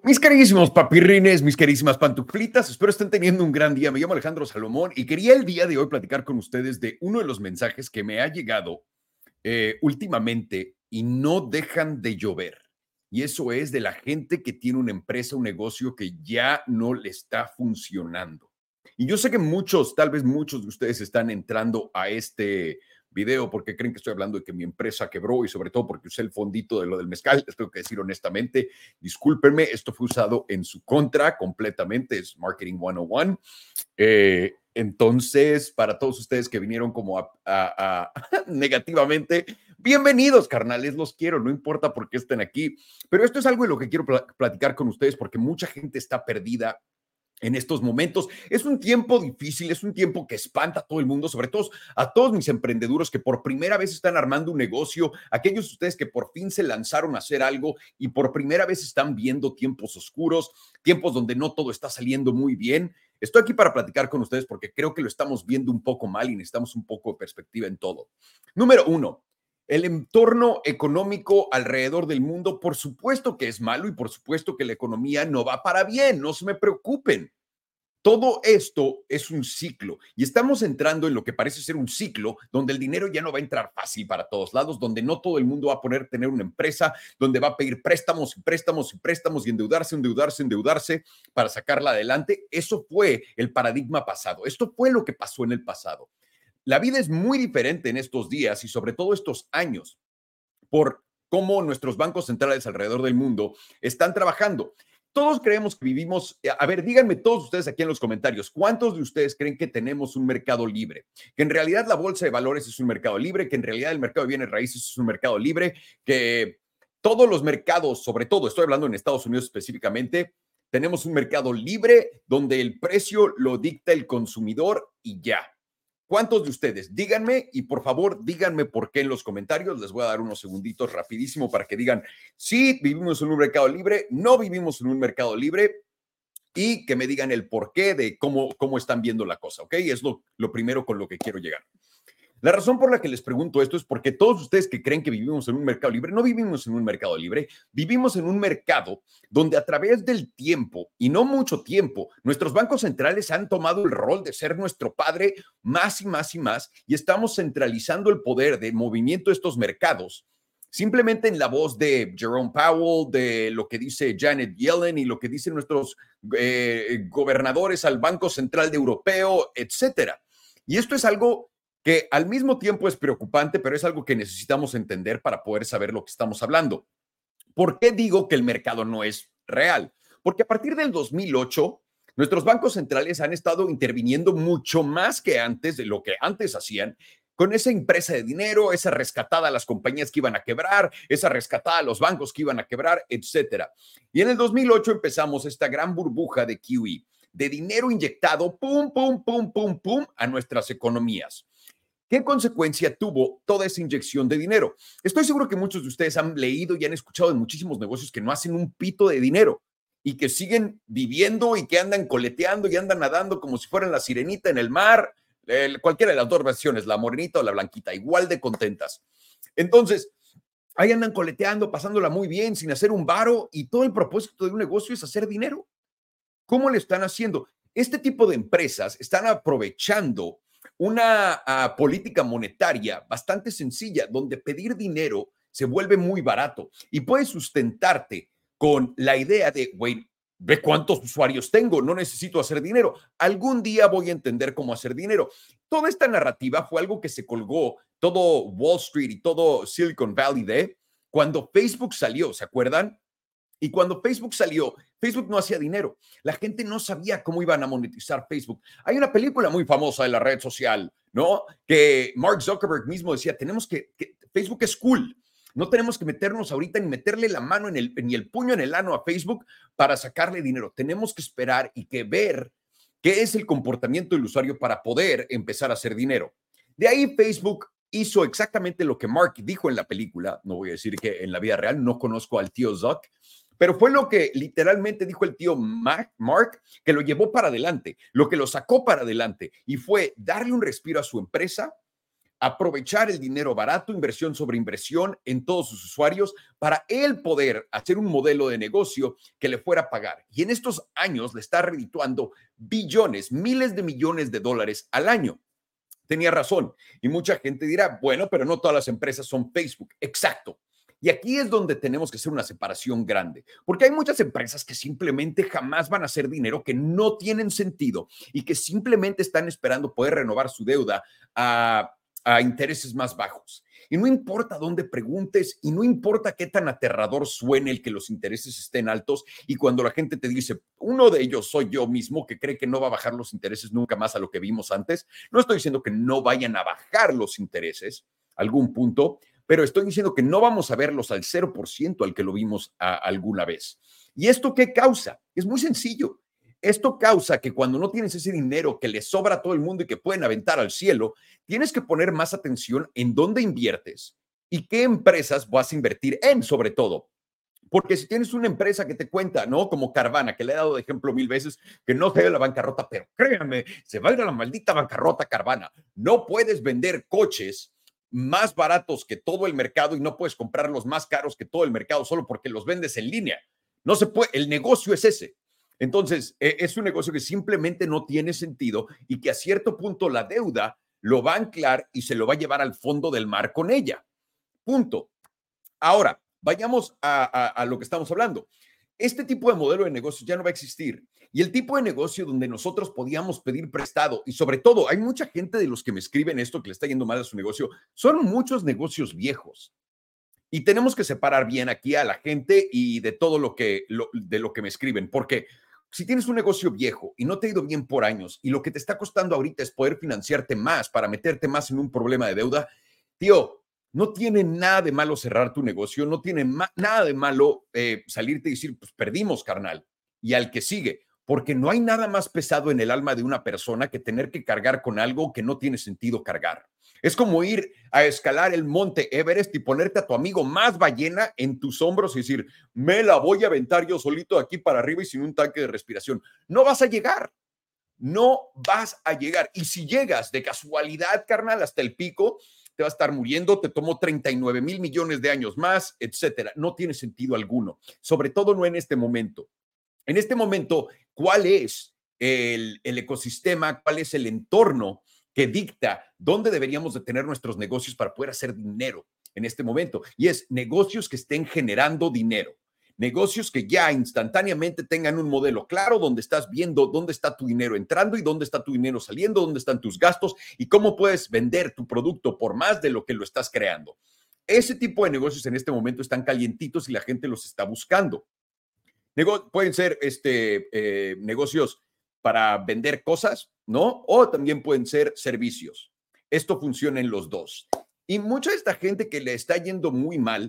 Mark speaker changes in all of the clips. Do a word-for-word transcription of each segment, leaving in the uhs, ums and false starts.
Speaker 1: Mis queridísimos papirrines, mis queridísimas pantuflitas, espero estén teniendo un gran día. Me llamo Alejandro Salomón y quería el día de hoy platicar con ustedes de uno de los mensajes que me ha llegado eh, últimamente y no dejan de llover. Y eso es de la gente que tiene una empresa, un negocio que ya no le está funcionando. Y yo sé que muchos, tal vez muchos de ustedes están entrando a este video porque creen que estoy hablando de que mi empresa quebró y sobre todo porque usé el fondito de lo del mezcal. Les tengo que decir honestamente, discúlpenme, esto fue usado en su contra completamente, es Marketing ciento uno. Eh, entonces, para todos ustedes que vinieron como a, a, a negativamente, bienvenidos, carnales, los quiero, no importa por qué estén aquí, pero esto es algo de lo que quiero pl- platicar con ustedes porque mucha gente está perdida en estos momentos. Es un tiempo difícil, es un tiempo que espanta a todo el mundo, sobre todo a todos mis emprendedores que por primera vez están armando un negocio, aquellos de ustedes que por fin se lanzaron a hacer algo y por primera vez están viendo tiempos oscuros, tiempos donde no todo está saliendo muy bien. Estoy aquí para platicar con ustedes porque creo que lo estamos viendo un poco mal y necesitamos un poco de perspectiva en todo. Número uno, el entorno económico alrededor del mundo, por supuesto que es malo y por supuesto que la economía no va para bien, no se me preocupen. Todo esto es un ciclo y estamos entrando en lo que parece ser un ciclo donde el dinero ya no va a entrar fácil para todos lados, donde no todo el mundo va a poder tener una empresa, donde va a pedir préstamos y préstamos y préstamos y endeudarse, endeudarse, endeudarse para sacarla adelante. Eso fue el paradigma pasado. Esto fue lo que pasó en el pasado. La vida es muy diferente en estos días y sobre todo estos años por cómo nuestros bancos centrales alrededor del mundo están trabajando. Todos creemos que vivimos, a ver, díganme todos ustedes aquí en los comentarios, ¿cuántos de ustedes creen que tenemos un mercado libre? Que en realidad la bolsa de valores es un mercado libre, que en realidad el mercado de bienes raíces es un mercado libre, que todos los mercados, sobre todo, estoy hablando en Estados Unidos específicamente, tenemos un mercado libre donde el precio lo dicta el consumidor y ya. ¿Cuántos de ustedes? Díganme y por favor díganme por qué en los comentarios. Les voy a dar unos segunditos rapidísimo para que digan sí, vivimos en un mercado libre, no vivimos en un mercado libre y que me digan el por qué de cómo, cómo están viendo la cosa, ¿ok? Es lo, lo primero con lo que quiero llegar. La razón por la que les pregunto esto es porque todos ustedes que creen que vivimos en un mercado libre, no vivimos en un mercado libre, vivimos en un mercado donde a través del tiempo, y no mucho tiempo, nuestros bancos centrales han tomado el rol de ser nuestro padre más y más y más, y estamos centralizando el poder de movimiento de estos mercados simplemente en la voz de Jerome Powell, de lo que dice Janet Yellen y lo que dicen nuestros eh, gobernadores al Banco Central de Europeo, etcétera. Y esto es algo que al mismo tiempo es preocupante, pero es algo que necesitamos entender para poder saber lo que estamos hablando. ¿Por qué digo que el mercado no es real? Porque a partir del dos mil ocho, nuestros bancos centrales han estado interviniendo mucho más que antes de lo que antes hacían con esa impresa de dinero, esa rescatada a las compañías que iban a quebrar, esa rescatada a los bancos que iban a quebrar, etcétera. Y en el dos mil ocho empezamos esta gran burbuja de Q E, de dinero inyectado, pum, pum, pum, pum, pum, a nuestras economías. ¿Qué consecuencia tuvo toda esa inyección de dinero? Estoy seguro que muchos de ustedes han leído y han escuchado de muchísimos negocios que no hacen un pito de dinero y que siguen viviendo y que andan coleteando y andan nadando como si fueran la sirenita en el mar, eh, cualquiera de las dos versiones, la morenita o la blanquita, igual de contentas. Entonces, ahí andan coleteando, pasándola muy bien, sin hacer un varo, y todo el propósito de un negocio es hacer dinero. ¿Cómo le están haciendo? Este tipo de empresas están aprovechando una uh, política monetaria bastante sencilla, donde pedir dinero se vuelve muy barato y puedes sustentarte con la idea de, güey, ve cuántos usuarios tengo, no necesito hacer dinero. Algún día voy a entender cómo hacer dinero. Toda esta narrativa fue algo que se colgó todo Wall Street y todo Silicon Valley de cuando Facebook salió, ¿se acuerdan? Y cuando Facebook salió, Facebook no hacía dinero. La gente no sabía cómo iban a monetizar Facebook. Hay una película muy famosa de la red social, ¿no? Que Mark Zuckerberg mismo decía, tenemos que, que Facebook es cool. No tenemos que meternos ahorita ni meterle la mano en el, ni el puño en el ano a Facebook para sacarle dinero. Tenemos que esperar y que ver qué es el comportamiento del usuario para poder empezar a hacer dinero. De ahí Facebook hizo exactamente lo que Mark dijo en la película. No voy a decir que en la vida real no conozco al tío Zuck, pero fue lo que literalmente dijo el tío Mark, que lo llevó para adelante, lo que lo sacó para adelante y fue darle un respiro a su empresa aprovechar el dinero barato, inversión sobre inversión en todos sus usuarios para él poder hacer un modelo de negocio que le fuera a pagar. Y en estos años le está redituando billones, miles de millones de dólares al año. Tenía razón. Y mucha gente dirá, bueno, pero no todas las empresas son Facebook. Exacto. Y aquí es donde tenemos que hacer una separación grande, porque hay muchas empresas que simplemente jamás van a hacer dinero, que no tienen sentido y que simplemente están esperando poder renovar su deuda a, a intereses más bajos. Y no importa dónde preguntes y no importa qué tan aterrador suene el que los intereses estén altos y cuando la gente te dice, uno de ellos soy yo mismo que cree que no va a bajar los intereses nunca más a lo que vimos antes. No estoy diciendo que no vayan a bajar los intereses a algún punto, pero estoy diciendo que no vamos a verlos al cero por ciento al que lo vimos a, alguna vez. ¿Y esto qué causa? Es muy sencillo. Esto causa que cuando no tienes ese dinero que le sobra a todo el mundo y que pueden aventar al cielo, tienes que poner más atención en dónde inviertes y qué empresas vas a invertir en, sobre todo. Porque si tienes una empresa que te cuenta, ¿no? Como Carvana, que le he dado de ejemplo mil veces, que no se va a la bancarrota, pero créanme, se va a ir a la maldita bancarrota Carvana. No puedes vender coches más baratos que todo el mercado y no puedes comprarlos más caros que todo el mercado solo porque los vendes en línea. No se puede, el negocio es ese. Entonces, es un negocio que simplemente no tiene sentido y que a cierto punto la deuda lo va a anclar y se lo va a llevar al fondo del mar con ella. Punto. Ahora, vayamos a, a, a lo que estamos hablando. Este tipo de modelo de negocio ya no va a existir. Y el tipo de negocio donde nosotros podíamos pedir prestado, y sobre todo, hay mucha gente de los que me escriben esto que le está yendo mal a su negocio, son muchos negocios viejos. Y tenemos que separar bien aquí a la gente y de todo lo que, lo, de lo que me escriben, porque si tienes un negocio viejo y no te ha ido bien por años y lo que te está costando ahorita es poder financiarte más para meterte más en un problema de deuda, tío, no tiene nada de malo cerrar tu negocio, no tiene nada de malo eh, salirte y decir, pues perdimos, carnal, y al que sigue, porque no hay nada más pesado en el alma de una persona que tener que cargar con algo que no tiene sentido cargar. Es como ir a escalar el monte Everest y ponerte a tu amigo más ballena en tus hombros y decir, me la voy a aventar yo solito aquí para arriba y sin un tanque de respiración. No vas a llegar, no vas a llegar. Y si llegas de casualidad, carnal, hasta el pico, te vas a estar muriendo, te tomó treinta y nueve mil millones de años más, etcétera. No tiene sentido alguno, sobre todo no en este momento. En este momento, ¿cuál es el, el ecosistema? ¿Cuál es el entorno que dicta dónde deberíamos de tener nuestros negocios para poder hacer dinero en este momento? Y es negocios que estén generando dinero. Negocios que ya instantáneamente tengan un modelo claro donde estás viendo dónde está tu dinero entrando y dónde está tu dinero saliendo, dónde están tus gastos y cómo puedes vender tu producto por más de lo que lo estás creando. Ese tipo de negocios en este momento están calientitos y la gente los está buscando. Nego- pueden ser este, eh, negocios para vender cosas, ¿no? O también pueden ser servicios. Esto funciona en los dos. Y mucha de esta gente que le está yendo muy mal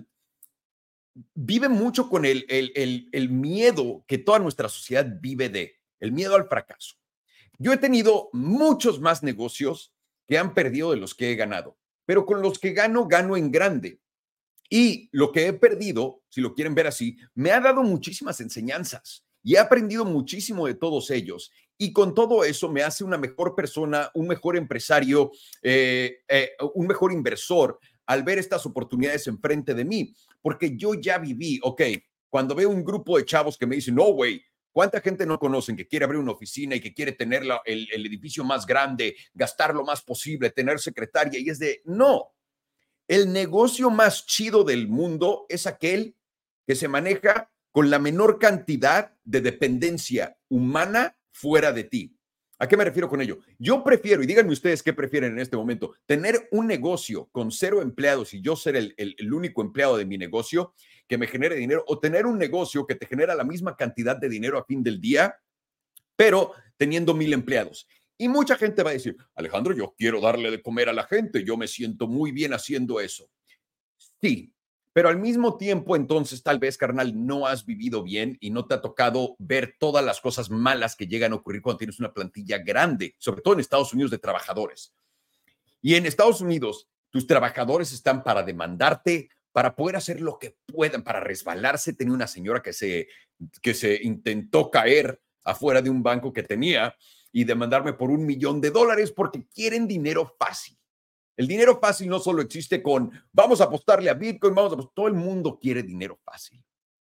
Speaker 1: vive mucho con el, el, el, el miedo que toda nuestra sociedad vive de, el miedo al fracaso. Yo he tenido muchos más negocios que han perdido de los que he ganado, pero con los que gano, gano en grande. Y lo que he perdido, si lo quieren ver así, me ha dado muchísimas enseñanzas y he aprendido muchísimo de todos ellos. Y con todo eso me hace una mejor persona, un mejor empresario, eh, eh, un mejor inversor al ver estas oportunidades enfrente de mí, porque yo ya viví, ok, cuando veo un grupo de chavos que me dicen, no, güey, ¿cuánta gente no conocen que quiere abrir una oficina y que quiere tener la, el, el edificio más grande, gastar lo más posible, tener secretaria? Y es de, no, el negocio más chido del mundo es aquel que se maneja con la menor cantidad de dependencia humana fuera de ti. ¿A qué me refiero con ello? Yo prefiero, y díganme ustedes qué prefieren en este momento, tener un negocio con cero empleados y yo ser el, el, el único empleado de mi negocio que me genere dinero, o tener un negocio que te genera la misma cantidad de dinero a fin del día, pero teniendo mil empleados. Y mucha gente va a decir, Alejandro, yo quiero darle de comer a la gente, yo me siento muy bien haciendo eso. Sí, pero al mismo tiempo, entonces, tal vez, carnal, no has vivido bien y no te ha tocado ver todas las cosas malas que llegan a ocurrir cuando tienes una plantilla grande, sobre todo en Estados Unidos, de trabajadores. Y en Estados Unidos, tus trabajadores están para demandarte, para poder hacer lo que puedan, para resbalarse. Tenía una señora que se, que se intentó caer afuera de un banco que tenía y demandarme por un millón de dólares porque quieren dinero fácil. El dinero fácil no solo existe con vamos a apostarle a Bitcoin, vamos a apostar, todo el mundo quiere dinero fácil.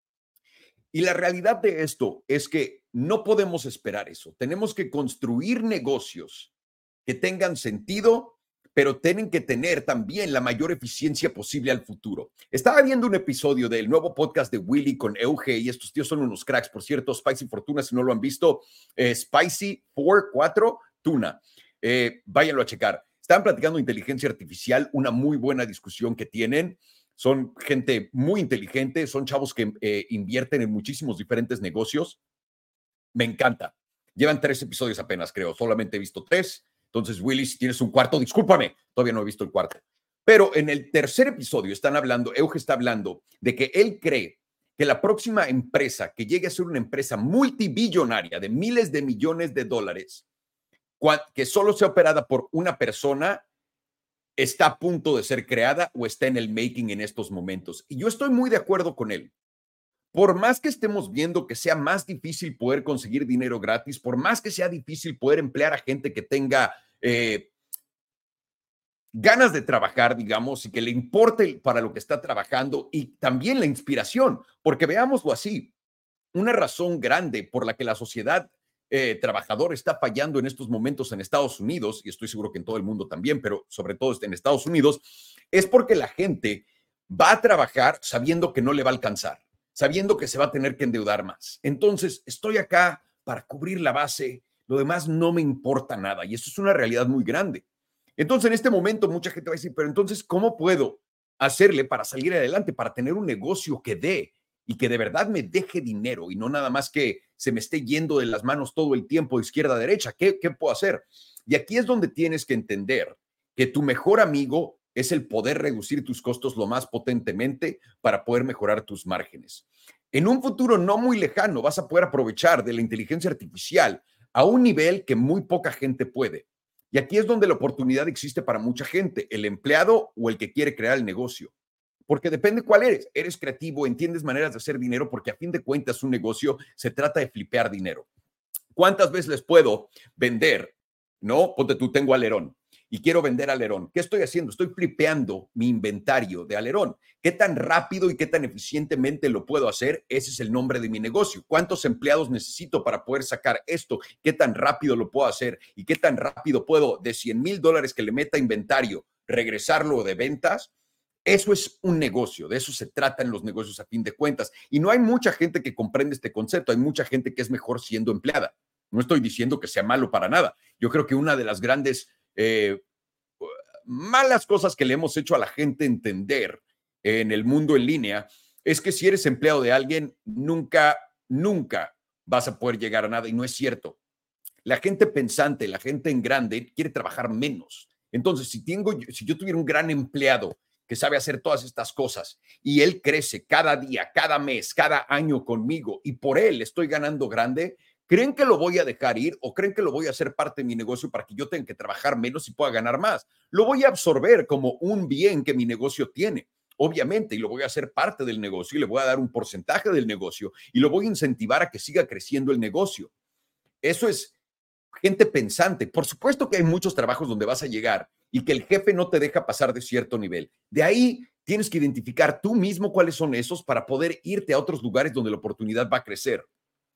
Speaker 1: Y la realidad de esto es que no podemos esperar eso. Tenemos que construir negocios que tengan sentido, pero tienen que tener también la mayor eficiencia posible al futuro. Estaba viendo un episodio del nuevo podcast de Willy con Euge, y estos tíos son unos cracks, por cierto. Spicy Fortuna, si no lo han visto, eh, Spicy cuatro Tuna. Eh, váyanlo a checar. Estaban platicando de inteligencia artificial, una muy buena discusión que tienen. Son gente muy inteligente, son chavos que eh, invierten en muchísimos diferentes negocios. Me encanta. Llevan tres episodios apenas, creo. Solamente he visto tres. Entonces, Willy, si tienes un cuarto, discúlpame, todavía no he visto el cuarto. Pero en el tercer episodio están hablando, Euge está hablando de que él cree que la próxima empresa que llegue a ser una empresa multibillonaria de miles de millones de dólares, que solo sea operada por una persona, está a punto de ser creada o está en el making en estos momentos. Y yo estoy muy de acuerdo con él. Por más que estemos viendo que sea más difícil poder conseguir dinero gratis, por más que sea difícil poder emplear a gente que tenga eh, ganas de trabajar, digamos, y que le importe para lo que está trabajando, y también la inspiración, porque veámoslo así, una razón grande por la que la sociedad eh, trabajadora está fallando en estos momentos en Estados Unidos, y estoy seguro que en todo el mundo también, pero sobre todo en Estados Unidos, es porque la gente va a trabajar sabiendo que no le va a alcanzar, sabiendo que se va a tener que endeudar más. Entonces, estoy acá para cubrir la base, lo demás no me importa nada, y eso es una realidad muy grande. Entonces, en este momento, mucha gente va a decir, pero entonces, ¿cómo puedo hacerle para salir adelante, para tener un negocio que dé y que de verdad me deje dinero y no nada más que se me esté yendo de las manos todo el tiempo de izquierda a derecha? ¿Qué, qué puedo hacer? Y aquí es donde tienes que entender que tu mejor amigo es el poder reducir tus costos lo más potentemente para poder mejorar tus márgenes. En un futuro no muy lejano vas a poder aprovechar de la inteligencia artificial a un nivel que muy poca gente puede. Y aquí es donde la oportunidad existe para mucha gente, el empleado o el que quiere crear el negocio. Porque depende cuál eres. Eres creativo, entiendes maneras de hacer dinero, porque a fin de cuentas un negocio se trata de flipear dinero. ¿Cuántas veces les puedo vender? No, ponte tú, tengo alerón y quiero vender alerón. ¿Qué estoy haciendo? Estoy flipeando mi inventario de alerón. ¿Qué tan rápido y qué tan eficientemente lo puedo hacer? Ese es el nombre de mi negocio. ¿Cuántos empleados necesito para poder sacar esto? ¿Qué tan rápido lo puedo hacer? ¿Y qué tan rápido puedo, de cien mil dólares que le meta inventario, regresarlo de ventas? Eso es un negocio, de eso se tratan los negocios a fin de cuentas. Y no hay mucha gente que comprende este concepto, hay mucha gente que es mejor siendo empleada. No estoy diciendo que sea malo para nada. Yo creo que una de las grandes eh, malas cosas que le hemos hecho a la gente entender en el mundo en línea es que si eres empleado de alguien, nunca, nunca vas a poder llegar a nada, y no es cierto. La gente pensante, la gente en grande quiere trabajar menos. Entonces, si, tengo, si yo tuviera un gran empleado que sabe hacer todas estas cosas y él crece cada día, cada mes, cada año conmigo y por él estoy ganando grande, ¿creen que lo voy a dejar ir o creen que lo voy a hacer parte de mi negocio para que yo tenga que trabajar menos y pueda ganar más? Lo voy a absorber como un bien que mi negocio tiene, obviamente, y lo voy a hacer parte del negocio y le voy a dar un porcentaje del negocio y lo voy a incentivar a que siga creciendo el negocio. Eso es gente pensante. Por supuesto que hay muchos trabajos donde vas a llegar y que el jefe no te deja pasar de cierto nivel. De ahí tienes que identificar tú mismo cuáles son esos para poder irte a otros lugares donde la oportunidad va a crecer.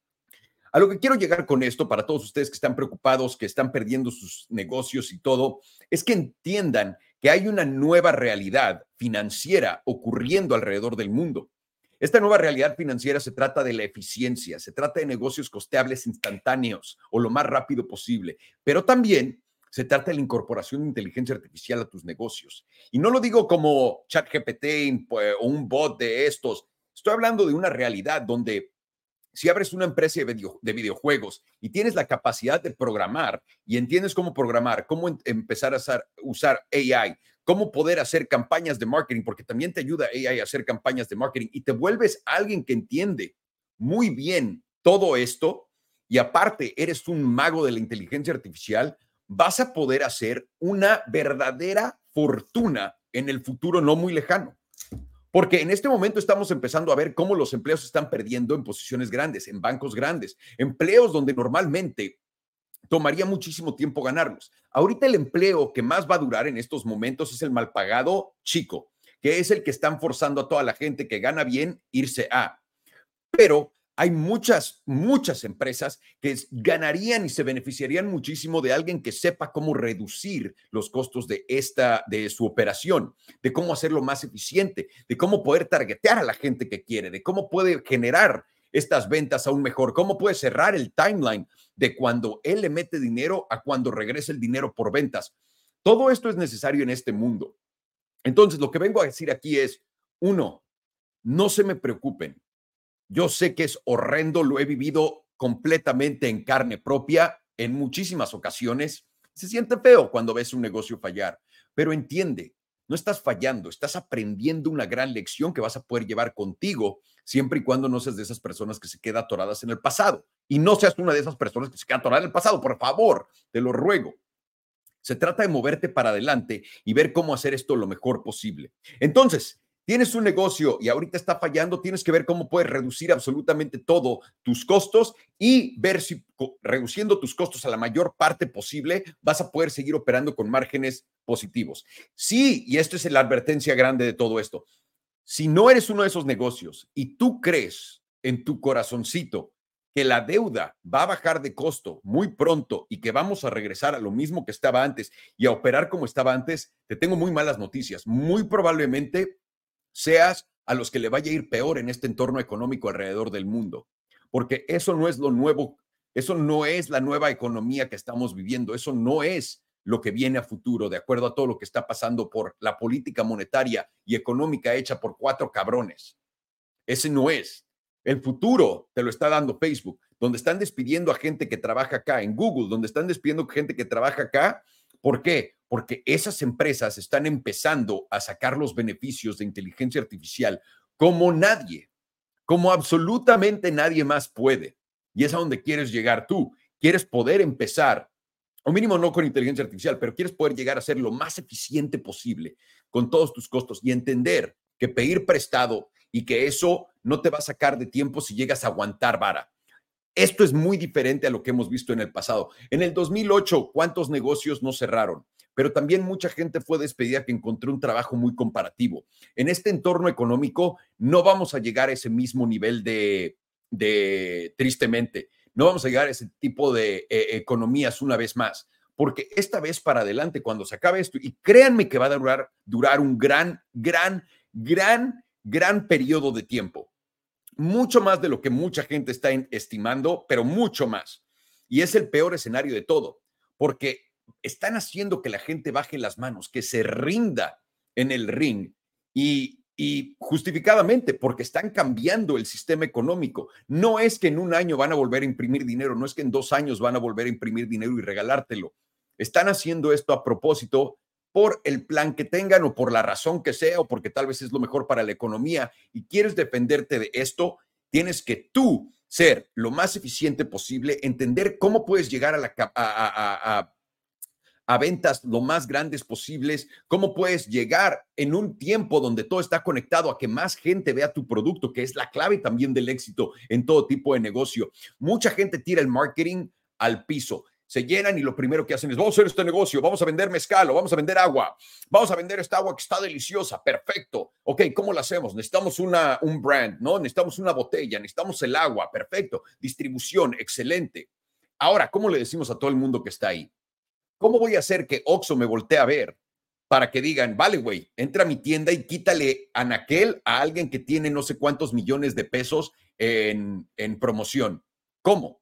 Speaker 1: A lo que quiero llegar con esto, para todos ustedes que están preocupados, que están perdiendo sus negocios y todo, es que entiendan que hay una nueva realidad financiera ocurriendo alrededor del mundo. Esta nueva realidad financiera se trata de la eficiencia, se trata de negocios costeables instantáneos o lo más rápido posible, pero también se trata de la incorporación de inteligencia artificial a tus negocios. Y no lo digo como ChatGPT o un bot de estos, estoy hablando de una realidad donde si abres una empresa de, video, de videojuegos y tienes la capacidad de programar y entiendes cómo programar, cómo en, empezar a usar, usar A I, cómo poder hacer campañas de marketing, porque también te ayuda A I a hacer campañas de marketing y te vuelves alguien que entiende muy bien todo esto y aparte eres un mago de la inteligencia artificial, vas a poder hacer una verdadera fortuna en el futuro no muy lejano. Porque en este momento estamos empezando a ver cómo los empleos se están perdiendo en posiciones grandes, en bancos grandes, empleos donde normalmente tomaría muchísimo tiempo ganarlos. Ahorita el empleo que más va a durar en estos momentos es el mal pagado chico, que es el que están forzando a toda la gente que gana bien irse a. Pero hay muchas, muchas empresas que ganarían y se beneficiarían muchísimo de alguien que sepa cómo reducir los costos de esta, de su operación, de cómo hacerlo más eficiente, de cómo poder targetear a la gente que quiere, de cómo puede generar estas ventas aún mejor, cómo puede cerrar el timeline de cuando él le mete dinero a cuando regrese el dinero por ventas. Todo esto es necesario en este mundo. Entonces, lo que vengo a decir aquí es, uno, no se me preocupen. Yo sé que es horrendo, lo he vivido completamente en carne propia en muchísimas ocasiones. Se siente feo cuando ves un negocio fallar, pero entiende, no estás fallando, estás aprendiendo una gran lección que vas a poder llevar contigo siempre y cuando no seas de esas personas que se quedan atoradas en el pasado. Y no seas una de esas personas que se quedan atoradas en el pasado, por favor, te lo ruego. Se trata de moverte para adelante y ver cómo hacer esto lo mejor posible. Entonces, tienes un negocio y ahorita está fallando, tienes que ver cómo puedes reducir absolutamente todo tus costos y ver si reduciendo tus costos a la mayor parte posible vas a poder seguir operando con márgenes positivos. Sí, y esto es la advertencia grande de todo esto. Si no eres uno de esos negocios y tú crees en tu corazoncito que la deuda va a bajar de costo muy pronto y que vamos a regresar a lo mismo que estaba antes y a operar como estaba antes, te tengo muy malas noticias. Muy probablemente seas a los que le vaya a ir peor en este entorno económico alrededor del mundo, porque eso no es lo nuevo, eso no es la nueva economía que estamos viviendo, eso no es lo que viene a futuro, de acuerdo a todo lo que está pasando por la política monetaria y económica hecha por cuatro cabrones. Ese no es. El futuro te lo está dando Facebook, donde están despidiendo a gente que trabaja acá, en Google, donde están despidiendo gente que trabaja acá. ¿Por qué? Porque esas empresas están empezando a sacar los beneficios de inteligencia artificial como nadie, como absolutamente nadie más puede. Y es a donde quieres llegar tú. Quieres poder empezar, o mínimo no con inteligencia artificial, pero quieres poder llegar a ser lo más eficiente posible con todos tus costos y entender que pedir prestado y que eso no te va a sacar de tiempo si llegas a aguantar vara. Esto es muy diferente a lo que hemos visto en el pasado. En el dos mil ocho, ¿cuántos negocios no cerraron? Pero también mucha gente fue despedida que encontró un trabajo muy comparativo. En este entorno económico no vamos a llegar a ese mismo nivel de, de tristemente, no vamos a llegar a ese tipo de eh, economías una vez más, porque esta vez para adelante, cuando se acabe esto, y créanme que va a durar, durar un gran, gran, gran, gran periodo de tiempo. Mucho más de lo que mucha gente está estimando, pero mucho más. Y es el peor escenario de todo, porque están haciendo que la gente baje las manos, que se rinda en el ring y, y justificadamente, porque están cambiando el sistema económico. No es que en un año van a volver a imprimir dinero, no es que en dos años van a volver a imprimir dinero y regalártelo. Están haciendo esto a propósito por el plan que tengan o por la razón que sea o porque tal vez es lo mejor para la economía y quieres defenderte de esto, tienes que tú ser lo más eficiente posible, entender cómo puedes llegar a, la, a, a, a, a ventas lo más grandes posibles, cómo puedes llegar en un tiempo donde todo está conectado a que más gente vea tu producto, que es la clave también del éxito en todo tipo de negocio. Mucha gente tira el marketing al piso. Se llenan y lo primero que hacen es, vamos a hacer este negocio, vamos a vender mezcal o vamos a vender agua, vamos a vender esta agua que está deliciosa, perfecto. Ok, ¿cómo lo hacemos? Necesitamos una, un brand, ¿no? Necesitamos una botella, necesitamos el agua, perfecto. Distribución, excelente. Ahora, ¿cómo le decimos a todo el mundo que está ahí? ¿Cómo voy a hacer que Oxxo me voltee a ver para que digan, vale, güey, entra a mi tienda y quítale anaquel a alguien que tiene no sé cuántos millones de pesos en, en promoción? ¿Cómo?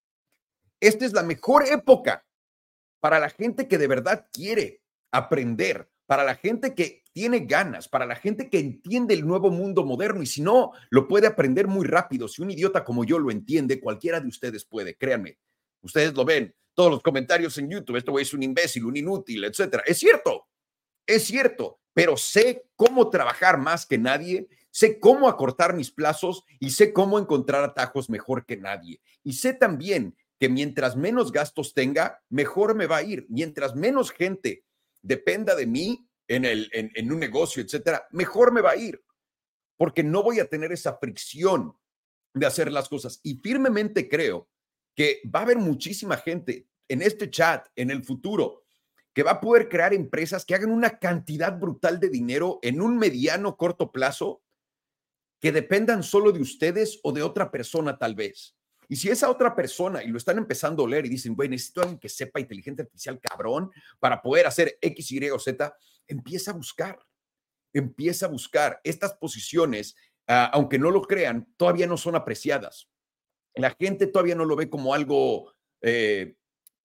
Speaker 1: Esta es la mejor época para la gente que de verdad quiere aprender, para la gente que tiene ganas, para la gente que entiende el nuevo mundo moderno y si no, lo puede aprender muy rápido. Si un idiota como yo lo entiende, cualquiera de ustedes puede, créanme. Ustedes lo ven, todos los comentarios en YouTube, este güey es un imbécil, un inútil, etcétera. Es cierto, es cierto, pero sé cómo trabajar más que nadie, sé cómo acortar mis plazos y sé cómo encontrar atajos mejor que nadie. Y sé también que mientras menos gastos tenga, mejor me va a ir. Mientras menos gente dependa de mí en, el, en, en un negocio, etcétera, mejor me va a ir. Porque no voy a tener esa fricción de hacer las cosas. Y firmemente creo que va a haber muchísima gente. en este chat en el futuro, que va a poder crear empresas que hagan una cantidad brutal de dinero en un mediano corto plazo que dependan solo de ustedes o de otra persona tal vez. Y si esa otra persona, y lo están empezando a oler y dicen, güey, necesito a alguien que sepa inteligencia artificial cabrón para poder hacer X, Y o Z, empieza a buscar, empieza a buscar. Estas posiciones, uh, aunque no lo crean, todavía no son apreciadas. La gente todavía no lo ve como algo... Eh,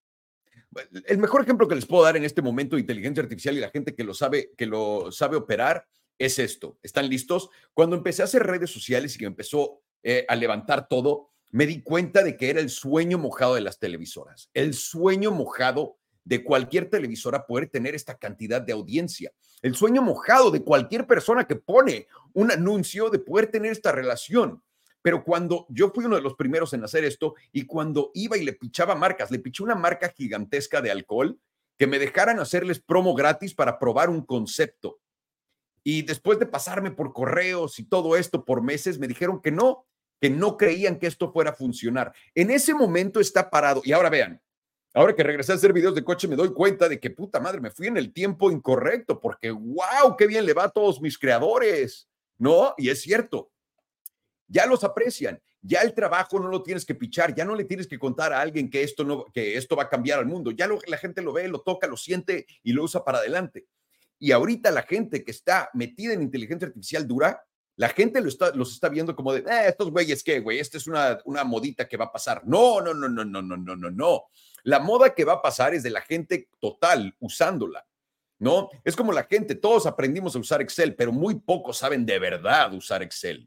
Speaker 1: el mejor ejemplo que les puedo dar en este momento de inteligencia artificial y la gente que lo sabe, que lo sabe operar es esto. ¿Están listos? Cuando empecé a hacer redes sociales y que empezó eh, a levantar todo, me di cuenta de que era el sueño mojado de las televisoras, el sueño mojado de cualquier televisora poder tener esta cantidad de audiencia, el sueño mojado de cualquier persona que pone un anuncio de poder tener esta relación. Pero cuando yo fui uno de los primeros en hacer esto y cuando iba y le pichaba marcas, le piché una marca gigantesca de alcohol que me dejaran hacerles promo gratis para probar un concepto. Y después de pasarme por correos y todo esto por meses, me dijeron que no, que no creían que esto fuera a funcionar. En ese momento está parado. Y ahora vean, ahora que regresé a hacer videos de coche, me doy cuenta de que puta madre, me fui en el tiempo incorrecto, porque wow, qué bien le va a todos mis creadores, ¿no? Y es cierto. Ya los aprecian, ya el trabajo no lo tienes que pichar, ya no le tienes que contar a alguien que esto, no, que esto va a cambiar al mundo, ya lo, la gente lo ve, lo toca, lo siente y lo usa para adelante. Y ahorita la gente que está metida en inteligencia artificial dura, la gente lo está, los está viendo como de, eh, estos güeyes, ¿qué, güey? Esta es una, una modita que va a pasar. No, no, no, no, no, no, no, no, no. La moda que va a pasar es de la gente total usándola, ¿no? Es como la gente, todos aprendimos a usar Excel, pero muy pocos saben de verdad usar Excel.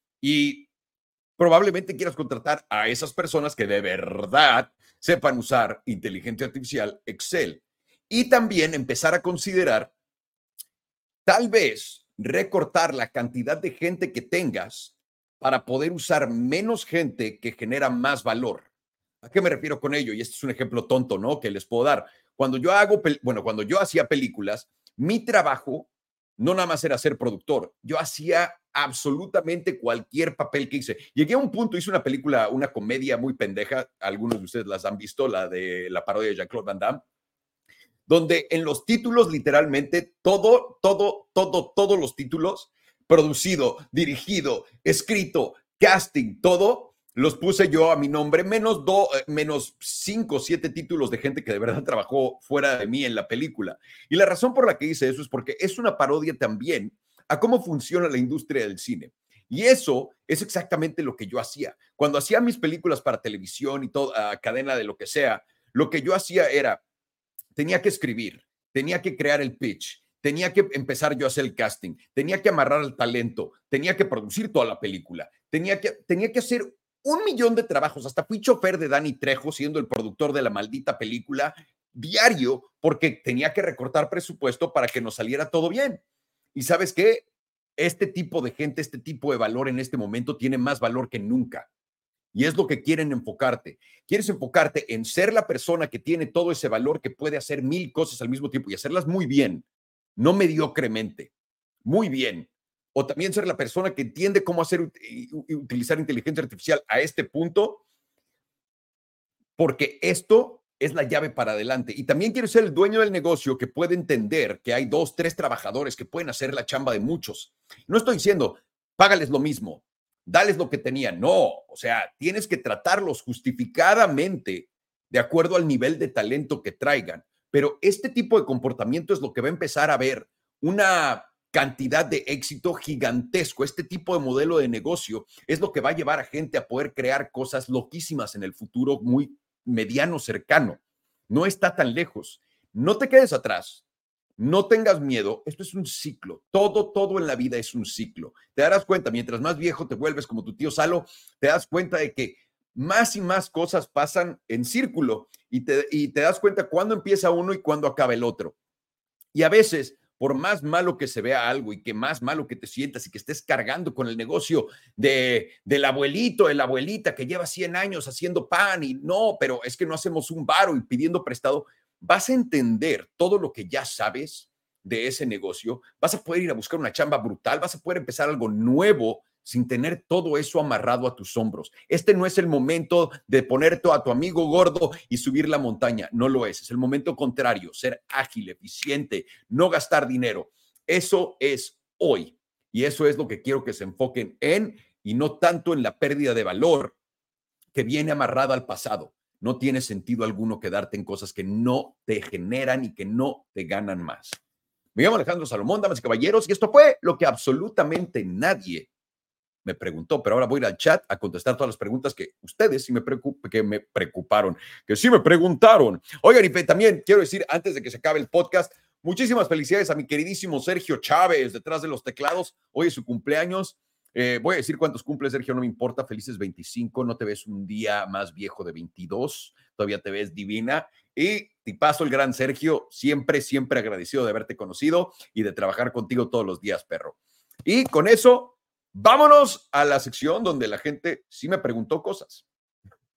Speaker 1: Y probablemente quieras contratar a esas personas que de verdad sepan usar inteligencia artificial, Excel. Y también empezar a considerar, tal vez, recortar la cantidad de gente que tengas para poder usar menos gente que genera más valor. ¿A qué me refiero con ello? Y este es un ejemplo tonto, ¿no? Que les puedo dar. Cuando yo hago, bueno, cuando yo hacía películas, mi trabajo no nada más era ser productor. Yo hacía absolutamente cualquier papel que hice. Llegué a un punto, hice una película, una comedia muy pendeja, algunos de ustedes las han visto, la de la parodia de Jean-Claude Van Damme, donde en los títulos literalmente todo, todo, todo, todos los títulos, producido, dirigido, escrito, casting, todo, los puse yo a mi nombre, menos, do, menos cinco o siete títulos de gente que de verdad trabajó fuera de mí en la película. Y la razón por la que hice eso es porque es una parodia también a cómo funciona la industria del cine. Y eso es exactamente lo que yo hacía. Cuando hacía mis películas para televisión y toda cadena de lo que sea, lo que yo hacía era, tenía que escribir, tenía que crear el pitch, tenía que empezar yo a hacer el casting, tenía que amarrar el talento, tenía que producir toda la película, tenía que, tenía que hacer un millón de trabajos. Hasta fui chofer de Danny Trejo, siendo el productor de la maldita película, diario, porque tenía que recortar presupuesto para que nos saliera todo bien. ¿Y sabes qué? Este tipo de gente, este tipo de valor en este momento tiene más valor que nunca. Y es lo que quieren enfocarte. Quieres enfocarte en ser la persona que tiene todo ese valor, que puede hacer mil cosas al mismo tiempo y hacerlas muy bien, no mediocremente, muy bien. O también ser la persona que entiende cómo hacer y utilizar inteligencia artificial a este punto, porque esto es la llave para adelante. Y también quieres ser el dueño del negocio que puede entender que hay dos, tres trabajadores que pueden hacer la chamba de muchos. No estoy diciendo, págales lo mismo, dales lo que tenían. No, o sea, tienes que tratarlos justificadamente de acuerdo al nivel de talento que traigan. Pero este tipo de comportamiento es lo que va a empezar a ver una cantidad de éxito gigantesco. Este tipo de modelo de negocio es lo que va a llevar a gente a poder crear cosas loquísimas en el futuro muy mediano, cercano. No está tan lejos. No te quedes atrás. No tengas miedo, esto es un ciclo, todo, todo en la vida es un ciclo. Te darás cuenta, mientras más viejo te vuelves como tu tío Salo, te das cuenta de que más y más cosas pasan en círculo y te, y te das cuenta cuándo empieza uno y cuándo acaba el otro. Y a veces, por más malo que se vea algo y que más malo que te sientas y que estés cargando con el negocio de, del abuelito, de la abuelita que lleva cien años haciendo pan y no, pero es que no hacemos un varo y pidiendo prestado, vas a entender todo lo que ya sabes de ese negocio, vas a poder ir a buscar una chamba brutal, vas a poder empezar algo nuevo sin tener todo eso amarrado a tus hombros. Este no es el momento de poner a tu amigo gordo y subir la montaña. No lo es. Es el momento contrario, ser ágil, eficiente, no gastar dinero. Eso es hoy. Y eso es lo que quiero que se enfoquen en y no tanto en la pérdida de valor que viene amarrada al pasado. No tiene sentido alguno quedarte en cosas que no te generan y que no te ganan más. Me llamo Alejandro Salomón, damas y caballeros, y esto fue lo que absolutamente nadie me preguntó, pero ahora voy a ir al chat a contestar todas las preguntas que ustedes sí me, preocup que me preocuparon, que sí me preguntaron. Oigan, y también quiero decir, antes de que se acabe el podcast, muchísimas felicidades a mi queridísimo Sergio Chávez, detrás de los teclados. Hoy es su cumpleaños. Eh, voy a decir cuántos cumple, Sergio, no me importa. Felices veinticinco, no te ves un día más viejo de veintidós, todavía te ves divina. Y te paso el gran Sergio, siempre, siempre agradecido de haberte conocido y de trabajar contigo todos los días, perro. Y con eso, vámonos a la sección donde la gente sí me preguntó cosas.